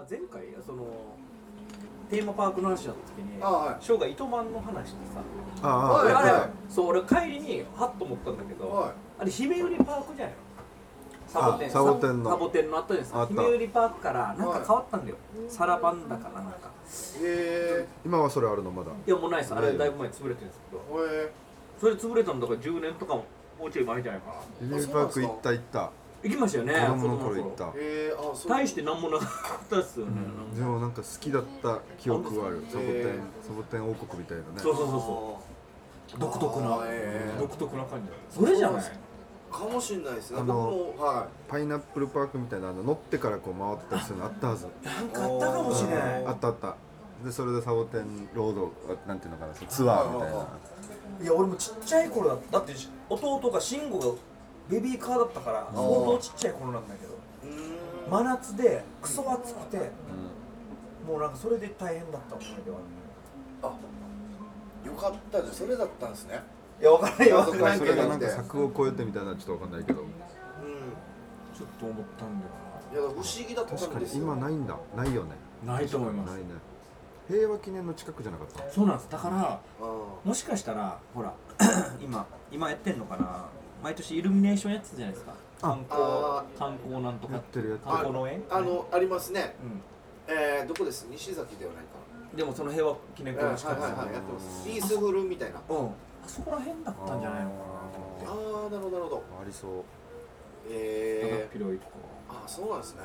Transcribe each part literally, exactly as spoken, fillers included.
前回そのテーマパークの話だった時に、ショーが糸満の話でさ、ああ、あれ、あれそう俺帰りにハッと思ったんだけど、はい、あれ姫売パークじゃないの？サボテン、 サボテンのサボテンのあったじゃないですか。姫売パークからなんか変わったんだよ。サラバンだからなんか。 へえ。今はそれあるのまだ？ いやもうないです。あれだいぶ前に潰れてるんですけど。へえ。それ潰れたんだからじゅうねんとかももうちょい前じゃないかな。 姫売パーク行った行った。 行きましたよね。 子供の頃行った。 えー、あそう大してなんもなかったっすよね。 うん、でもなんか好きだった記憶はある。サボテン、サボテン王国みたいなね。 そうそうそうそう。独特な、えー、独特な感じ。それじゃないかもしれないですね。 あの、はい、パイナップルパークみたいなの乗ってからこう回ったりするのあったはず。 なんかあったかもしれない。 あったあった。でそれでサボテンロードなんていうのかな、ツアーみたいな。 いや俺もちっちゃい頃だった。だって弟が慎吾がベビーカーだったから相当ちっちゃい頃なんだけど、真夏でクソ暑くて、うん、もうなんかそれで大変だった思い出はあ、よかったです。それだったんですね。 いや分からないよ。分からないけどそれがなんか柵を越えてみたいなちょっと分かんないけど、うん、 ちょっと思ったんだよな。 いや不思議だったんですよ。 確かに今ないんだ。ないよね。 ないと思います。 ないね。平和記念の近くじゃなかった？ そうなんです。だからもしかしたらほら今今やってんのかな。毎年イルミネーションやってたじゃないですか。観光観光なんとかやってるやってる。 観光農園あのありますね。うん、えー、どこです？西崎ではないか。 でもその平和記念公園の近くですね。 やってます。ピースフルみたいな。 うん。あそこら辺だったんじゃないのかなと思って。 ああ、なるほどなるほど。 ありそう。 ええー。 広いとこ。 ああ、そうなんですね。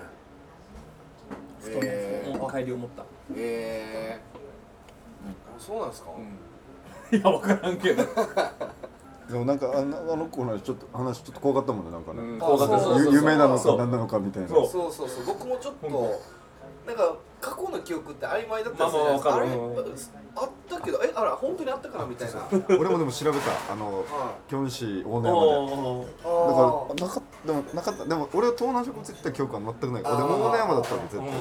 ええー。帰り思った。 ええー。そうなんですか。 うん、いや分からんけど。 でもなんかあのあの子のちょっと話ちょっと怖かったもんね、なんかね。 うん、怖かった。 夢なのか何なのかみたいな。 そうそうそうそう。僕もちょっとなんか過去の記憶って曖昧だったんですよね。あれあったけど、え、あら本当にあったかなみたいな。 俺もでも調べた。あのキョンシー大野山で。だからなかったでもなかった。でも俺は東南植物行った記憶は全くない。俺大野山だったわけ絶対。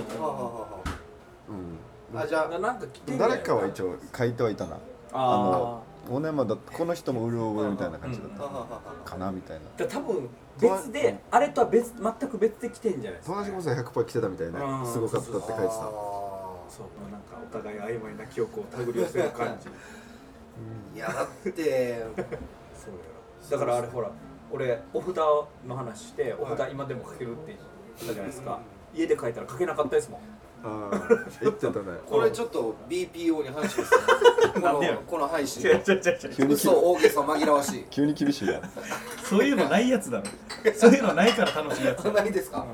うん。あ、じゃあなんか誰かは一応書いてはいたな。あの大野山だってこの人もうる覚えみたいな感じだったかなみたいな。 多分別であれとは別全く別で来てんじゃないですか。 東南植物は ひゃくパーセント 来てたみたいね。すごかったって書いてた。そう、 なんかお互い曖昧な記憶を手繰り寄せる感じ。 いやだってそうよ。だからあれほら俺お札の話してお札今でも書けるって言ったじゃないですか。家で書いたら書けなかったですもん。 ああ、言ってたね。 これちょっと ビーピーオー に話します。このこの配信。嘘大げさ紛らわしい。 急に厳しいな。 そういうのないやつだろ。そういうのないから楽しいやつ。 ないですか。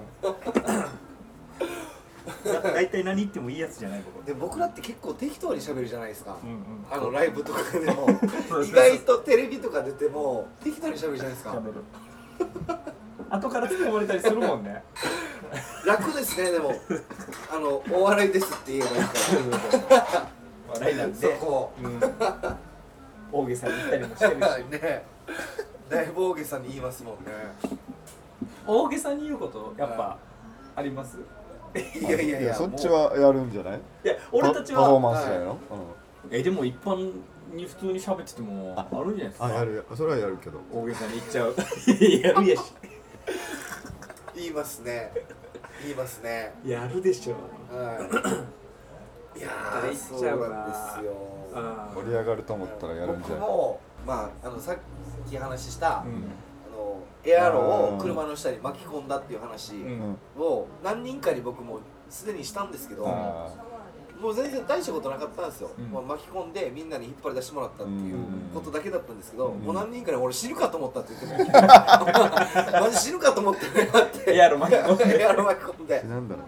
大体何言ってもいいやつじゃない僕。 で僕らって結構適当に喋るじゃないですか。あのライブとかでも意外とテレビとか出ても適当に喋るじゃないですか。 後から突っ込まれたりするもんね。 楽ですね。でもあのお笑いですって言えばいいから。 笑いなんで。そこ。大げさに言ったりもしてるしね。だいぶ大げさに言いますもんね。 大げさに言うことやっぱあります？ いやいやいや。 そっちはやるんじゃない？ いや俺たちはパフォーマンスだよ。 えでも一般に普通に喋っててもあるんじゃないですか。 あやる。それはやるけど。 大げさに言っちゃう。やるやし。 言いますね。言いますね。 やるでしょ。 はい。いやー、そうなんですよ。 盛り上がると思ったらやるんじゃない。 僕もまああのさっき話した、うん、あのエアロを車の下に巻き込んだっていう話を何人かに僕もすでにしたんですけど、もう全然大したことなかったんですよ。うん、もう巻き込んでみんなに引っ張り出してもらったっていうことだけだったんですけど、うん、もう何人かに俺死ぬかと思ったって言ってた。マジ死ぬかと思ってねって。 エアロ巻き込んで。 エアロ巻き込んで。 なんだろう。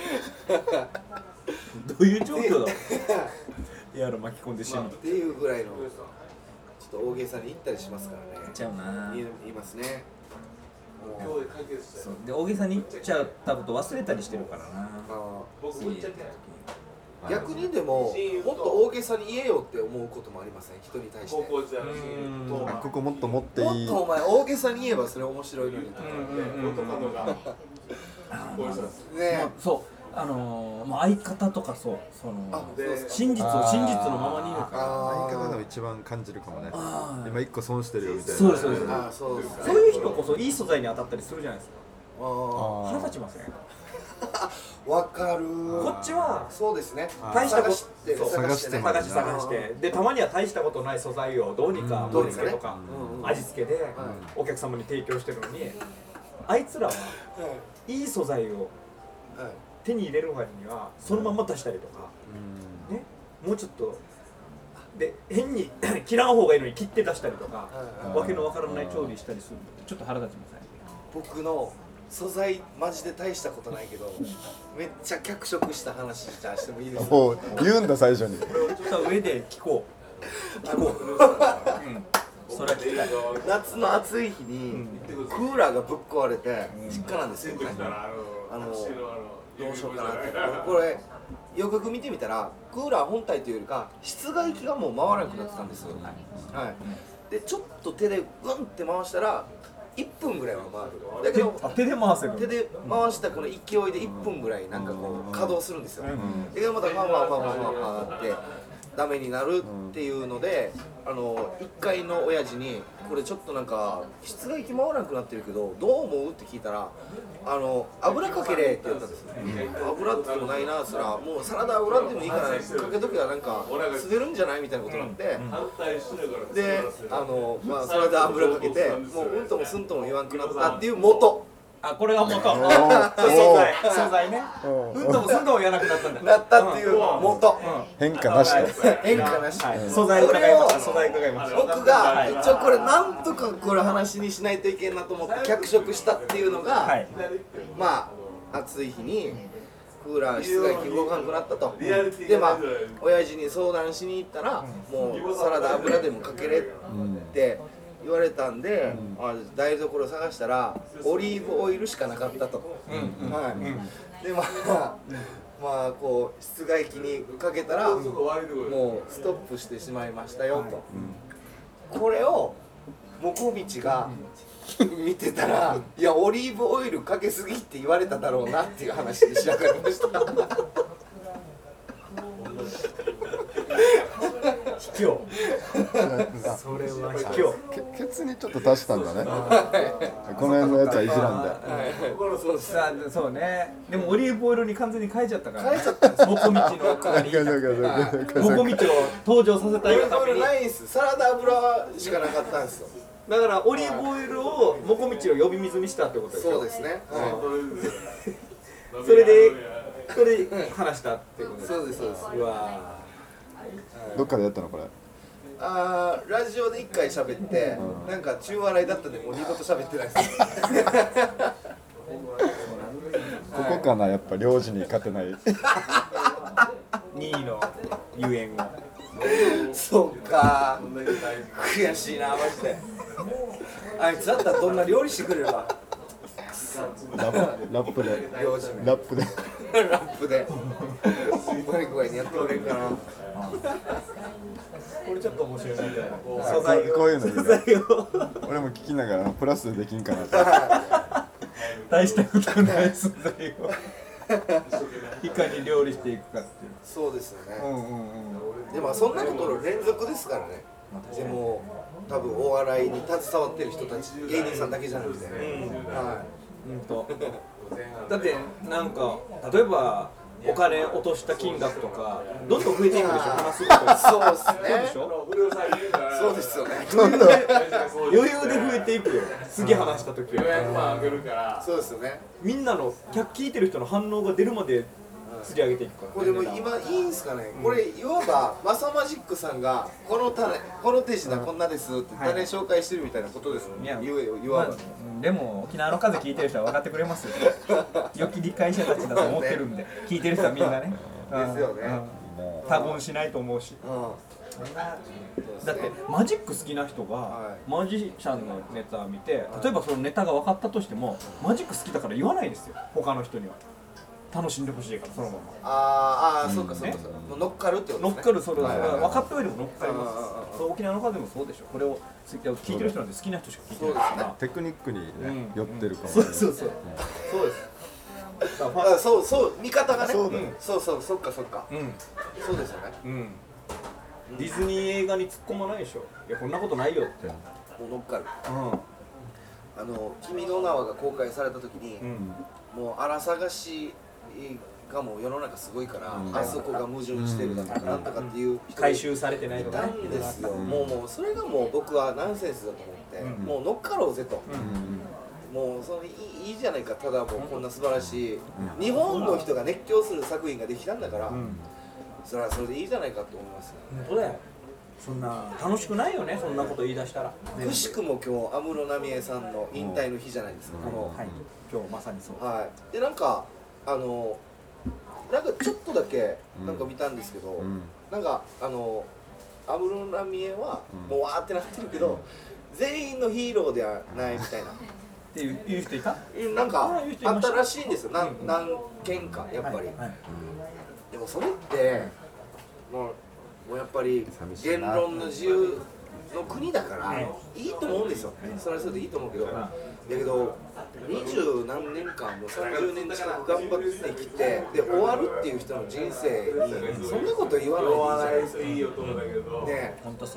どういう状況だ。エアロ巻き込んで死ぬっていうぐらいのちょっと大げさに言ったりしますからね。 言っちゃうな。 言いますね。 そうで大げさに言っちゃったこと忘れたりしてるからな。 逆にでももっと大げさに言えよって思うこともありません？人に対して。 ここもっと持っていい。 もっとお前大げさに言えばそれ面白いのにとか。 ね、そうあのー、まあ相方とかそうその真実を真実のままに言うから相方でも一番感じるかもね。今一個損してるよみたいな。 そうですそうです。そういう人こそいい素材に当たったりするじゃないですか。腹立ちません？ わかる。 こっちはそうですね。 大したこと探してそう探して探し探してでたまには大したことない素材をどうにか盛り付けとか味付けでお客様に提供してるのに、あいつらはいい素材を手に入れる割にはそのまま出したりとか、ね、もうちょっとで変に切らん方がいいのに切って出したりとか、わけのわからない調理したりするのでちょっと腹立ちません。 僕の素材マジで大したことないけどめっちゃ脚色した話じゃあしてもいいですか？ もう言うんだ最初に。 これをちょっと上で聞こう聞こう、うん、それは聞きたい。 夏の暑い日にクーラーがぶっ壊れて実家なんですよね。あのどうしようかなってこれよくよく見てみたらクーラー本体というよりか室外機がもう回らなくなってたんですよ。はい、でちょっと手でグンって回したらいっぷんぐらいは回る。だけどあ手で回せる。 手で回したこの勢いでいっぷんぐらいなんかこう稼働するんですよ。だけどまたファンファンファンファンファンファンってダメになるっていうので、あのいっかいの親父にこれちょっとなんか室外機回らなくなってるけどどう思うって聞いたら、あの油かけれって言ったんですよ。油ってもないなっつったら、もうサラダ油でもいいからかけときはなんか滑るんじゃないみたいなことになって、であのまあサラダ油かけてもううんともすんとも言わんくなったっていう元。 あ、これが元。素材、素材ね。うんともすんとも言わなくなったんだ。 なったっていう元。 変化なしと。 変化なし。 素材伺いました。素材伺いました。 僕が一応これなんとかこれ話にしないといけんなと思って脚色したっていうのが、まあ暑い日にクーラー室外機動かなくなったと。でまあ親父に相談しに行ったら、もうサラダ油でもかけれって言われたんで、あ台所探したらオリーブオイルしかなかったと。はい。でまあまあこう室外機にかけたらもうストップしてしまいましたよと。これをもこみちが見てたら、いやオリーブオイルかけすぎって言われただろうなっていう話に仕上がりました。 卑怯。それは卑怯。 ケツにちょっと足したんだね。この辺のやつはいじらんで。 そうです。 そうね。でもオリーブオイルに完全に変えちゃったから。 変えちゃったんです。 もこみちの代わりに。もこみちを登場させたいがために。 ないんです。サラダ油しかなかったんですよ。 だからオリーブオイルをもこみちを呼び水にしたってことですよ。 そうですね。 それでそれで話したってことです。 そうですそうです。 うわ。 どっかでやったのこれ。 あーラジオで一回喋って、うん、なんか中笑いだったんでもう二度と喋ってないです。 ここかなやっぱ領事に勝てない。 にいのゆえんを。 そうか。悔しいなマジで。あいつだったらどんな料理してくれるか。 ラップでラップでラップでうまい具合にやってくれるかな。 これちょっと面白いな。素材をこういうのいいね。 素材を俺も聞きながらプラスでできんかなと。 大したことない素材をいかに料理していくかっていう。 そうですよね。 うんうんうん。 でもそんなことの連続ですからね。でも多分お笑いに携わってる人たち芸人さんだけじゃなくて、うん、はい。 うんとだってなんか例えばお金落とした金額とかどんどん増えていくでしょ。話すことそうですね。 そうでしょ。 そうですよね。 余裕で余裕で増えていくよ。次話した時は。 そうですよね。 みんなの聞いてる人の反応が出るまで釣り上げていくから。 これでも今いいんすかね。これいわばマサマジックさんがこの種この手品こんなですって種紹介してるみたいなことですもんね。言えよ言わば。 でも沖縄の風聞いてる人は分かってくれますよ。良き理解者たちだと思ってるんで、聞いてる人はみんなね。 ですよね。 多言しないと思うし。だってマジック好きな人がマジシャンのネタ見て、例えばそのネタが分かったとしてもマジック好きだから言わないですよ。他の人には。楽しんでほしいからそのまま。 あーあー、そうかそうかそうか。乗っかるってことですね。 乗っかる、それは分かった上でも乗っかります。そう沖縄の風でもそうでしょ。これを聞いてる人なんて好きな人しか聞いてないから。 テクニックにね寄ってるかも。 そうそうそう。そうです。 あ、そうそう見方がね。そうそうそっかそっか。そうですよね。 うん。ディズニー映画に突っ込まないでしょ。いやこんなことないよって。 もう乗っかる。あの君の名はが公開された時に、もう荒探しがもう世の中すごいから、うん、あそこが矛盾してるだとかなんとかっていう人回収されてないとかいたんですよ、うん、もうもうそれがもう僕はナンセンスだと思って、うん、もう乗っかろうぜと、うん、もうそのいい、いいじゃないか、ただもうこんな素晴らしい、うん、日本の人が熱狂する作品ができたんだから、うん、それはそれでいいじゃないかと思いますよ、 ね、本当だよ。そんな楽しくないよね、そんなこと言い出したら。 くしくも今日安室奈美恵さんの引退の日じゃないですか、うん、この、 はい、今日まさにそう、 はい、でなんかあのなんかちょっとだけなんか見たんですけど、うん、なんかあの安室奈美恵はもうわーってなってるけど、うん、全員のヒーローではないみたいなっていう言う人いた？ なんかあったらしいんですよ、何、うん、何件かやっぱり、はいはい、でもそれってもうもうやっぱり言論の自由の国だからいいと思うんですよ、それはそれでいいと思うけど、だけど二十何年間もうさんじゅうねん近く頑張ってきてで終わるっていう人の人生にそんなこと言わないでいいじゃないですか。ね、 本当そう。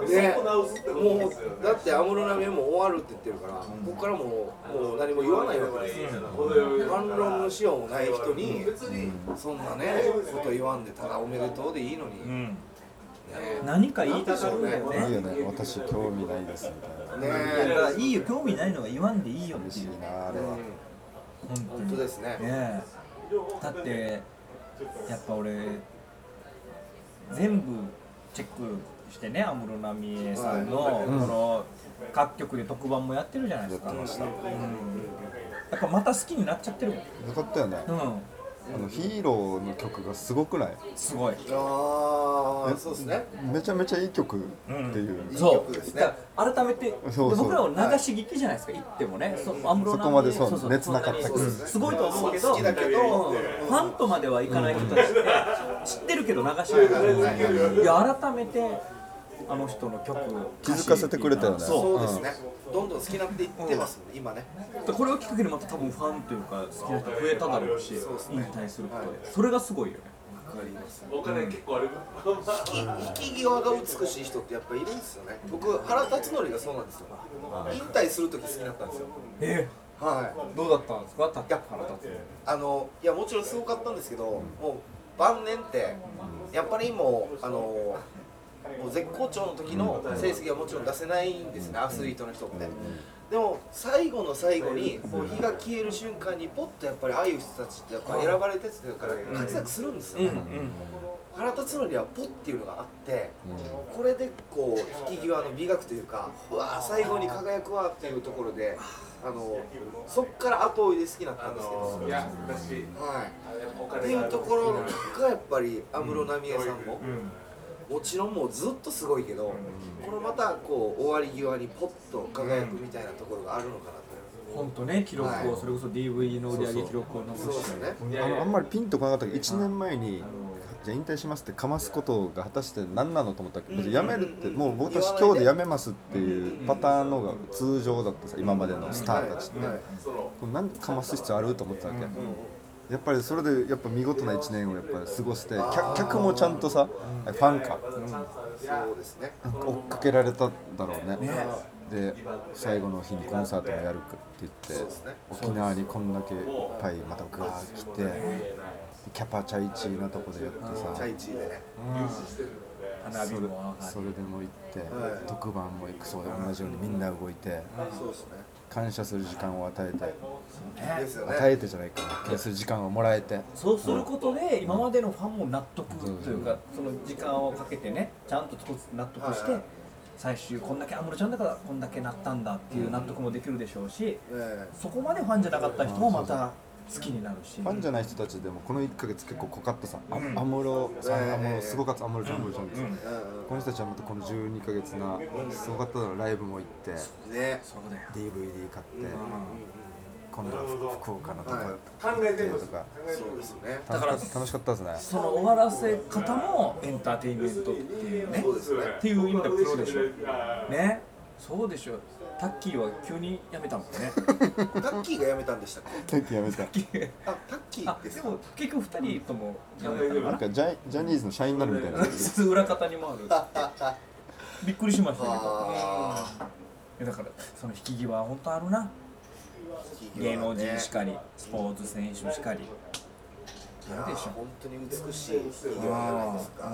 ね、もうだって安室奈美恵も終わるって言ってるから、ここからもうもう何も言わないわけですよ。反論のしようもない人にそんなねこと言わんでただおめでとうでいいのに。うんね、 何か言いたがるんだよね。 いいよね、私興味ないですみたいな。 ね、だからいいよ、興味ないのが言わんでいいよっていう。 なあれは。 本当ですね。 ね、だってやっぱ俺全部チェックしてね、安室奈美恵さんのこの各局で特番もやってるじゃないですか。やってました。うん、やっぱまた好きになっちゃってる。よかったよね。うん。あのヒーローの曲がすごくない？ すごい。 ああ、そうですね。 めちゃめちゃいい曲っていう。 うん、そうですね。改めてそうそう僕らは流し聞きじゃないですか。言ってもね。そ, そこまでそうそう熱なかったけど、 すごいと思うけど、好きだけどファンとまではいかない人たちって知ってるけど流し聞き。いや改めてあの人の曲気づかせてくれたよね。 そうですね。どんどん好きになっていってますもん、今ね。 これをきっかけにまた多分ファンというか好きな人増えただろうし、引退することで、それがすごいよね。 わかります。僕ね結構あれ引き際が美しい人ってやっぱいるんですよね。僕原辰徳がそうなんですよ。引退する時好きになったんですよ。 ええ、はい。 どうだったんですか？いや原辰徳。あのいやもちろんすごかったんですけど、もう晩年ってやっぱりもうあのもう絶好調の時の成績はもちろん出せないんですね、アスリートの人って。でも最後の最後にこう日が消える瞬間にポッとやっぱりああいう人たちってやっぱ選ばれてるから活躍するんですよね。原辰徳はポッっていうのがあって、これでこう引き際の美学というか、うわ最後に輝くわっていうところで、あのそっから後追いで好きになったんですけど、はい、っていうところがやっぱり安室奈美恵さんも。もちろんもうずっとすごいけど、このまたこう終わり際にポッと輝くみたいなところがあるのかなと。 本当ね、記録を、はい、それこそ ディーブイディー の売り上げ記録を残してね。 あのあんまりピンとこなかったけどいちねんまえにじゃあ引退しますってかますことが果たして何なのと思ったけど、辞めるってもう私今日で辞めますっていうパターンのが通常だってさ、今までのスターたちって、はいはい、何かます必要あると思ってたわけ。うん、やっぱりそれでやっぱ見事ないちねんをやっぱり過ごして、客, 客もちゃんとさ、ファンか、うん、 そうですね、 追っかけられただろうね。ねで最後の日にコンサートもやるって言って、ね、沖縄にこんだけいっぱいまたガーッ来て、キャパチャイチーなとこでやってさ、 チャイチーでね、 うん、花火もそれでも行って、はい、特番も行くそうで同じようにみんな動いて、 そうですね、 感謝する時間を与えて、 ですよね、 与えてじゃないかな、感謝する時間をもらえて、 そうすることで今までのファンも納得というか、その時間をかけてね、ちゃんと納得して、はいはい、最終こんだけ安室ちゃんだからこんだけなったんだっていう納得もできるでしょうし、うん、そこまでファンじゃなかった人もまた好きになるし、 ファンじゃない人たちでもこのいっかげつ結構濃かったさ、安室さん、安室すごかった、安室ちゃん、安室ちゃんです、この人たちはまたこのじゅうにかげつなすごかっただろう、ライブも行って、 ね、 ディーブイディー 買って、うん、今度は福岡のとこ考えてとか、 そうですね、 だから楽しかったですね。 その終わらせ方もエンターテインメントっていうね、っていう意味でプロでしょね。そうでしょ。タッキーは急に辞めたんだね。 タッキーが辞めたんでしたっけ？ タッキー辞めた。 あ、タッキーですか？ でも結局ふたりとも辞めたのかな。 なんかジャジャニーズの社員になるみたいな。 裏方にもある。びっくりしましたけど。だからその引き際は本当あるな。芸能人しかり、スポーツ選手しかり。 なるでしょ。 本当に美しい企業じゃないですか。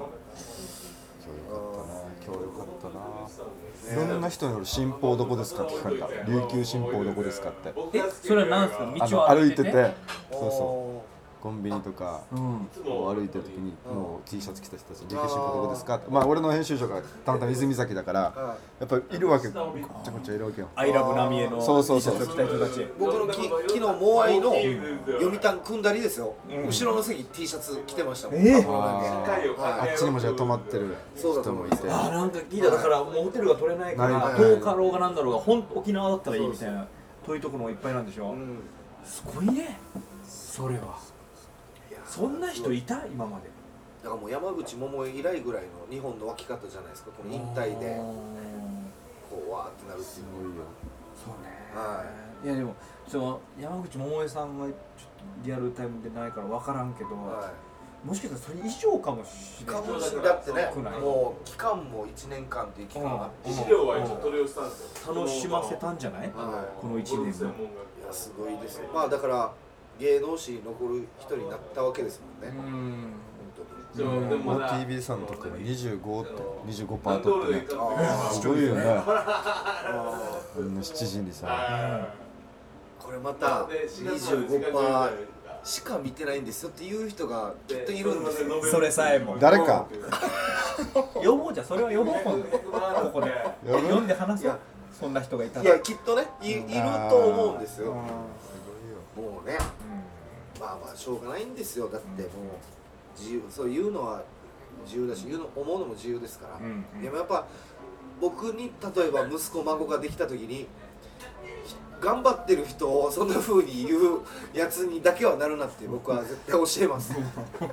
今日よかったな。いろんな人に俺新報どこですかって聞かれた。琉球新報どこですかって。 え、それは何ですか？ あ道をの歩いてて、 歩いてて。 そうそう。コンビニとか、 うん、 こう歩いてる時にもう T シャツ着た人たちに「琉球新報どこですか?」って、まあ俺の編集長がたまたま泉崎だからやっぱりいるわけ、こっちゃこっちゃいるわけよ。 アイラブ浪江の T シャツを着た人たち。 僕のき昨日モアイの読谷組んだりですよ、うん、後ろの席 T シャツ着てましたもん。 えー、あ, あっちにもじゃあ泊まってる人もいて、 あなんか聞いた。だからもうホテルが取れないからどうかろうがなんだろうが、ほん沖縄だったらいいみたいな遠いところもいっぱいなんでしょ、うん、すごいねそれは。そんな人いた今まで。 だからもう山口百恵以来ぐらいの日本の湧き方じゃないですか。この引退でこうわーってなるっていうのよ。 そうね、 はい、 いやでもその山口百恵さんがちょっとリアルタイムでないから分からんけど、はい、もしかしたらそれ以上かもしれない。 かもしれない。だってね、もう期間もいちねんかんっていう期間があって、資料は一応取り寄せたんですよ。 楽しませたんじゃない、はい、このいちねんも。いやすごいですよ。まあだから芸能史に残る人になったわけですもんね。うん、 本当に。もう ティービー さんの時からにじゅうごって にじゅうごパーセント 取ってね。すごいよね。みんなしちじにさ。 これまた にじゅうごパーセント しか見てないんですよっていう人がきっといるんですよ。 それさえも。 誰か。 呼ぼうじゃ、それは呼ぼう今度。ここで呼んで話そう。そんな人がいたら。 いやきっとね い, いると思うんですよ。もうね。まあまあしょうがないんですよ。だってもう自由、そういうのは自由だし、言うの思うのも自由ですから、うんうん、でもやっぱ僕に例えば息子孫ができた時に頑張ってる人をそんな風に言うやつにだけはなるなって僕は絶対教えます。教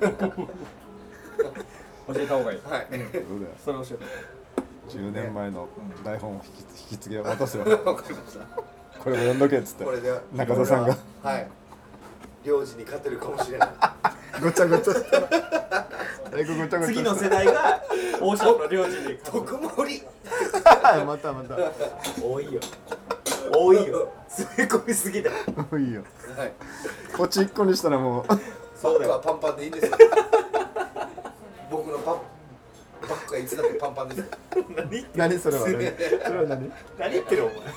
えた方がいい。 はい、うん、 それ教えて。 じゅうねんまえの台本を引き、引き継ぎを渡すよ。 わかりました。 これを読んどけっつって中田さんがはい領事に勝てるかもしれない。 ごちゃごちゃ次の世代がオーシャンの領事に特盛またまた多いよ多いよ詰め込みすぎだ。 多いよ、はい、こっちいっこにしたらもうそうだよ。パンパンでいいんですよ。僕のパンバッグはいつだってパンパンです。 何何それは何それは何何言ってるお前。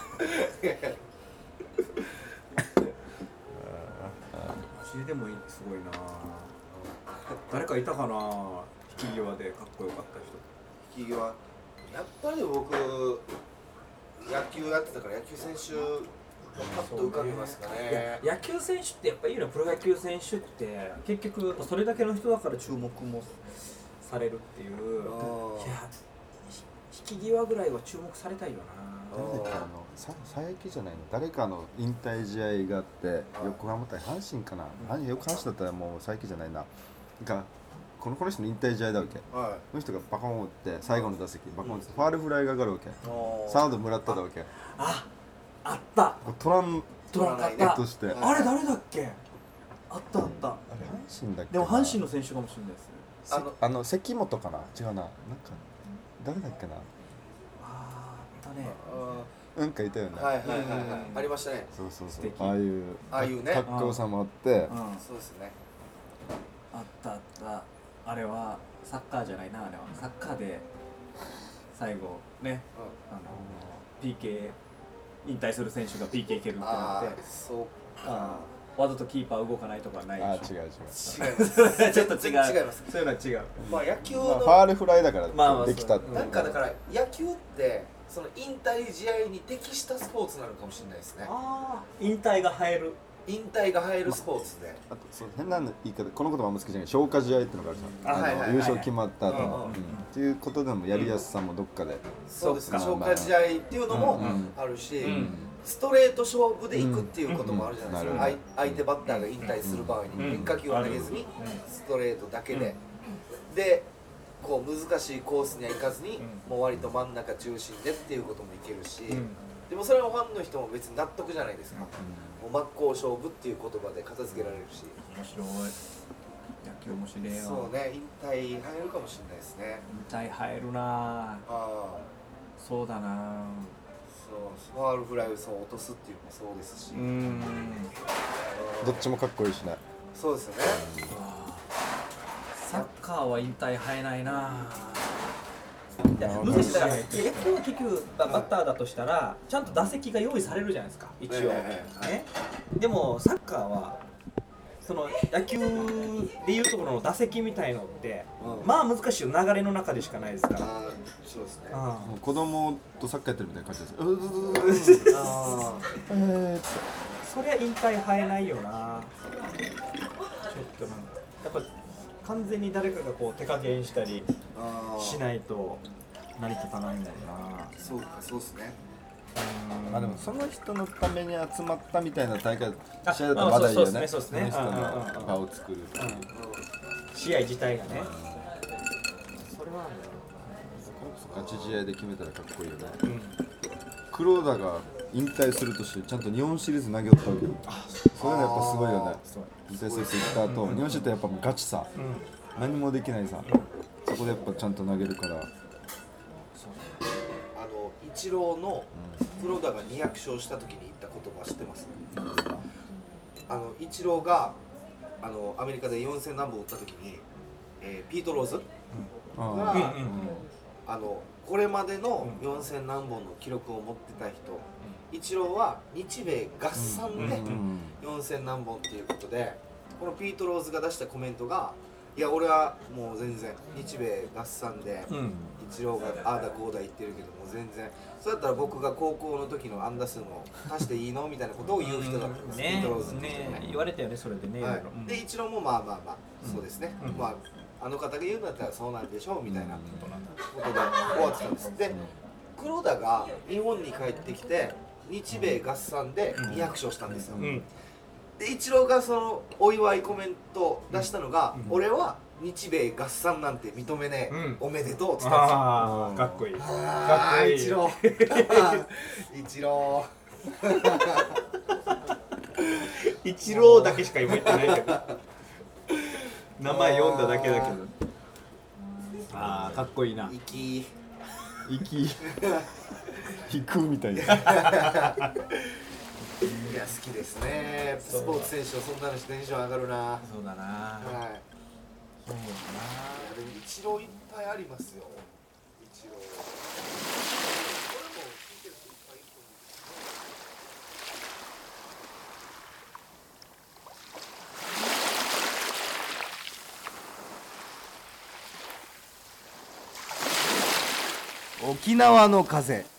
それでもすごいな。誰かいたかな、引き際でかっこよかった人。引き際やっぱり僕野球やってたから野球選手パッと浮かびますかね。 野球選手ってやっぱいいの。プロ野球選手って結局それだけの人だから注目もされるっていう。いや引き際ぐらいは注目されたいよな。 誰だっけ、あのさ佐伯じゃないの、誰かの引退試合があって横浜対阪神かな、阪神横浜市だったらもう佐伯じゃないながこのこの人の引退試合だわけ、はい、この人がバコン打って最後の打席バコン打ってファールフライが上がるわけ、サード村田だわけ。 ああったトラントランかったとして、 あれ誰だっけ、あったあった。あれ阪神だっけ。 でも阪神の選手かもしれないですね。 あのあの関本かな、違うな、なんか誰だっけな、 ああったね、 なんかいたよね。 はいはいはいはい、ありましたね。 そうそうそう、ああいうああいうねかっこよさもあって、 そうですね。 あったあった。あれはサッカーじゃないな、あれはサッカーで最後ね、あの ピーケー 引退する選手が ピーケー いけるってなって、 そうか、 わざとキーパー動かないとかないでしょ。 あ、違う違う違うちょっと違う、 違います。 そういうのは違う。 まあ野球の、 まあ、ファールフライだからできたって、 なんかだから野球ってその引退試合に適したスポーツなのかもしれないですね。 ああ、引退が入る引退が入るスポーツで、 あとそう変な言い方、この言葉あんま好きじゃない、消化試合っていうのがあるじゃん、優勝決まった後のっていうことでもやりやすさもどっかで、 そうですね、消化試合っていうのもあるし、ストレート勝負でいくっていうこともあるじゃないですか。相手バッターが引退する場合に変化球を投げずにストレートだけででこう難しいコースには行かずにもう割と真ん中中心でっていうこともいけるし、でもそれはファンの人も別に納得じゃないですか。もう真っ向勝負っていう言葉で片付けられるし、 面白い。野球面白いよ。 そうね、引退入るかもしれないですね。 引退入るなあ。あ、そうだな。 そう、ファールフライをそう落とすっていうのもそうですし、うん、 どっちもかっこいいしね。 そうですよね。 サッカーは引退生えないな。いや難しいだから野球は結局バッターだとしたらちゃんと打席が用意されるじゃないですか一応、ね、でもサッカーはその野球でいうところの打席みたいのって、うん、まあ難しいよ、流れの中でしかないですから。 あそうですね。 子供とサッカーやってるみたいな感じです。あえー、そりゃ引退生えないよな。ちょっとなんかやっぱ完全に誰かがこう手加減したりしないと成り立たないんだよな。 そうか、そうですね。 まあでもその人のために集まったみたいな大会試合だったらまだいいよね。 その人の場を作る、うん、 試合自体がね、うん、それはガチ試合で決めたらかっこいいよね、うん、黒田が引退するとしてちゃんと日本シリーズ投げよったわけよ。それがやっぱすごいよね。引退するって言った後、うん、日本シリーズってやっぱもうガチさ、うん、何もできないさ、そこでやっぱちゃんと投げるから。あのイチローの黒田がにひゃく勝した時に言った言葉知ってます？あのイチローがあのアメリカでよんせん何本打った時に、えー、ピート・ローズが、うん、あのこれまでのよんせん何本の記録を持ってた人、うん、イチローは日米合算でよんせん何本っていうことで、このピート・ローズが出したコメントが、いや俺はもう全然日米合算で、うん、イチローがああだこうだ言ってるけども全然そうだったら僕が高校の時の安打数も足していいのみたいなことを言う人だったんです、 ね、ピート・ローズって人が、ね、言われたよねそれでね、 はい、でイチローもまあまあまあ、うん、そうですね、うん、まああの方が言うんだったらそうなんでしょうみたいなことで終わってたんです。で黒田が日本に帰ってきて日米合算でにひゃく勝したんですよ、うん、でイチローがそのお祝いコメントを出したのが、うん、俺は日米合算なんて認めねえ、うん、おめでとうって言ったんですよ。 あーかっこいい、かっこいいイチローイチローイチローだけしか今言ってないけど名前読んだだけだけど、あーかっこいいな。 息息引くみたいな。いや好きですね。スポーツ選手はそんなのしてテンション上がるな。 そうだな。はい。そうだな。 いやでもイチローいっぱいありますよ。イチロー。これも聞いてる人いっぱいいると思うんですけど。沖縄の風。